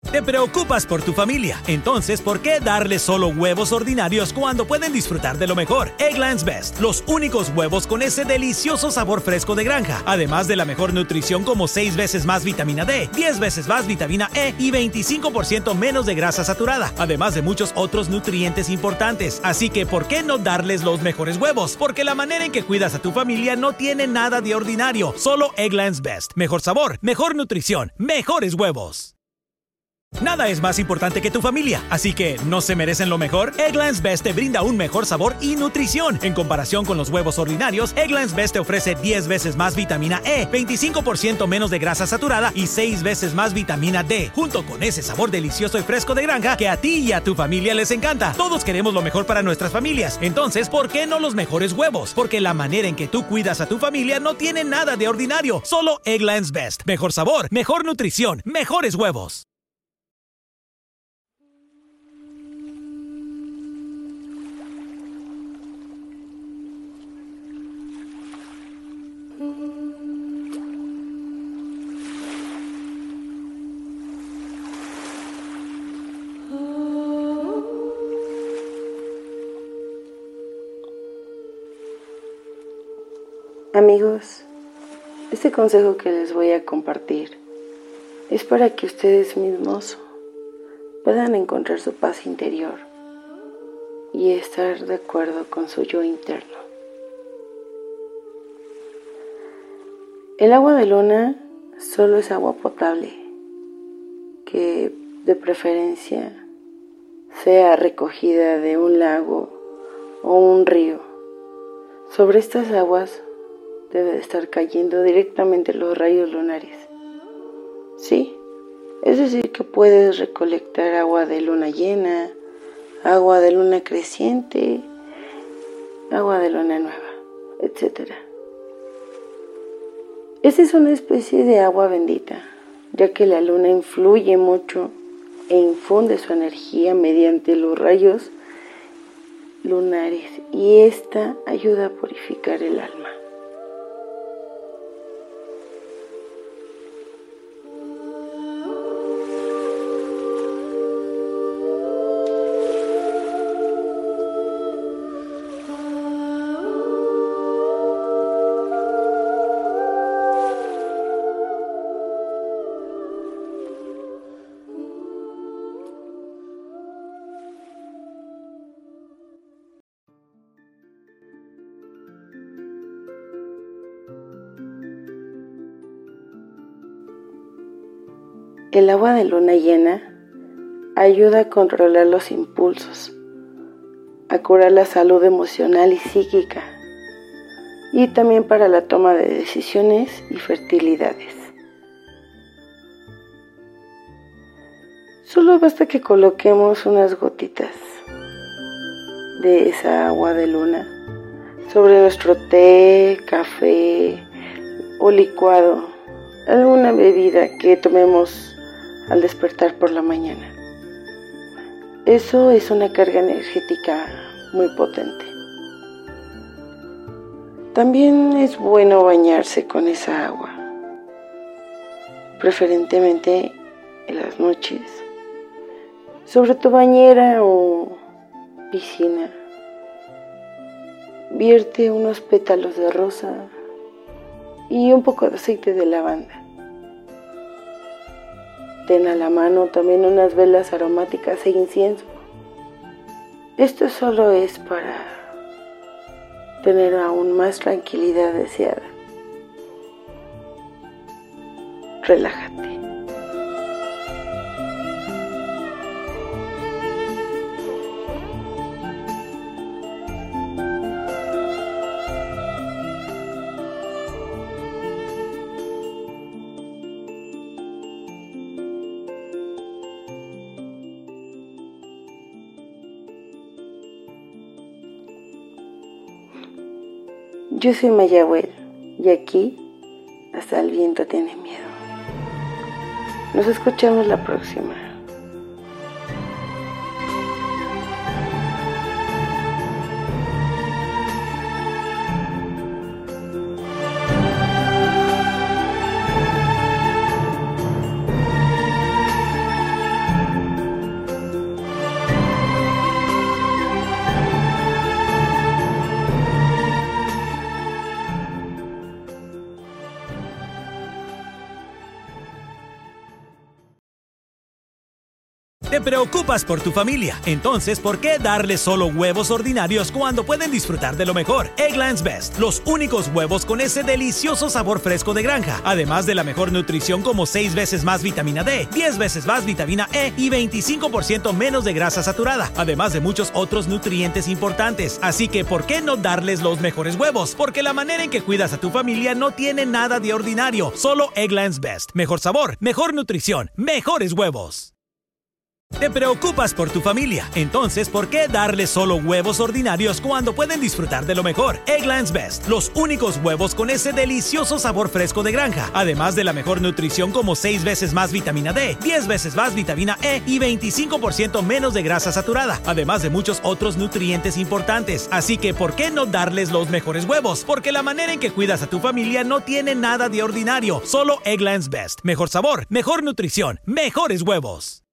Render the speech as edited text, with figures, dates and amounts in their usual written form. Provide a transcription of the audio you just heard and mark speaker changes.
Speaker 1: Te preocupas por tu familia, entonces ¿por qué darles solo huevos ordinarios cuando pueden disfrutar de lo mejor? Eggland's Best, los únicos huevos con ese delicioso sabor fresco de granja, además de la mejor nutrición como 6 veces más vitamina D, 10 veces más vitamina E y 25% menos de grasa saturada, además de muchos otros nutrientes importantes. Así que ¿por qué no darles los mejores huevos? Porque la manera en que cuidas a tu familia no tiene nada de ordinario, solo Eggland's Best. Mejor sabor, mejor nutrición, mejores huevos. Nada es más importante que tu familia, así que ¿no se merecen lo mejor? Eggland's Best te brinda un mejor sabor y nutrición. En comparación con los huevos ordinarios, Eggland's Best te ofrece 10 veces más vitamina E, 25% menos de grasa saturada y 6 veces más vitamina D, junto con ese sabor delicioso y fresco de granja que a ti y a tu familia les encanta. Todos queremos lo mejor para nuestras familias, entonces ¿por qué no los mejores huevos? Porque la manera en que tú cuidas a tu familia no tiene nada de ordinario, solo Eggland's Best. Mejor sabor, mejor nutrición, mejores huevos.
Speaker 2: Amigos, este consejo que les voy a compartir es para que ustedes mismos puedan encontrar su paz interior y estar de acuerdo con su yo interno. El agua de luna solo es agua potable, que de preferencia sea recogida de un lago o un río. Sobre estas aguas debe de estar cayendo directamente los rayos lunares. Sí, es decir que puedes recolectar agua de luna llena, agua de luna creciente, agua de luna nueva, etc. Esta es una especie de agua bendita, ya que la luna influye mucho e infunde su energía mediante los rayos lunares y esta ayuda a purificar el alma. El agua de luna llena ayuda a controlar los impulsos, a curar la salud emocional y psíquica, y también para la toma de decisiones y fertilidades. Solo basta que coloquemos unas gotitas de esa agua de luna sobre nuestro té, café o licuado, alguna bebida que tomemos al despertar por la mañana. Eso es una carga energética muy potente. También es bueno bañarse con esa agua, preferentemente en las noches, sobre tu bañera o piscina. Vierte unos pétalos de rosa y un poco de aceite de lavanda. Ten a la mano también unas velas aromáticas e incienso. Esto solo es para tener aún más tranquilidad deseada. Relájate. Yo soy Mayahuel y aquí hasta el viento tiene miedo. Nos escuchamos la próxima.
Speaker 1: Te preocupas por tu familia, entonces ¿por qué darles solo huevos ordinarios cuando pueden disfrutar de lo mejor? Eggland's Best, los únicos huevos con ese delicioso sabor fresco de granja, además de la mejor nutrición como 6 veces más vitamina D, 10 veces más vitamina E y 25% menos de grasa saturada, además de muchos otros nutrientes importantes. Así que ¿por qué no darles los mejores huevos? Porque la manera en que cuidas a tu familia no tiene nada de ordinario, solo Eggland's Best. Mejor sabor, mejor nutrición, mejores huevos. Te preocupas por tu familia, entonces ¿por qué darles solo huevos ordinarios cuando pueden disfrutar de lo mejor? Eggland's Best, los únicos huevos con ese delicioso sabor fresco de granja, además de la mejor nutrición como 6 veces más vitamina D, 10 veces más vitamina E y 25% menos de grasa saturada, además de muchos otros nutrientes importantes. Así que ¿por qué no darles los mejores huevos? Porque la manera en que cuidas a tu familia no tiene nada de ordinario, solo Eggland's Best. Mejor sabor, mejor nutrición, mejores huevos.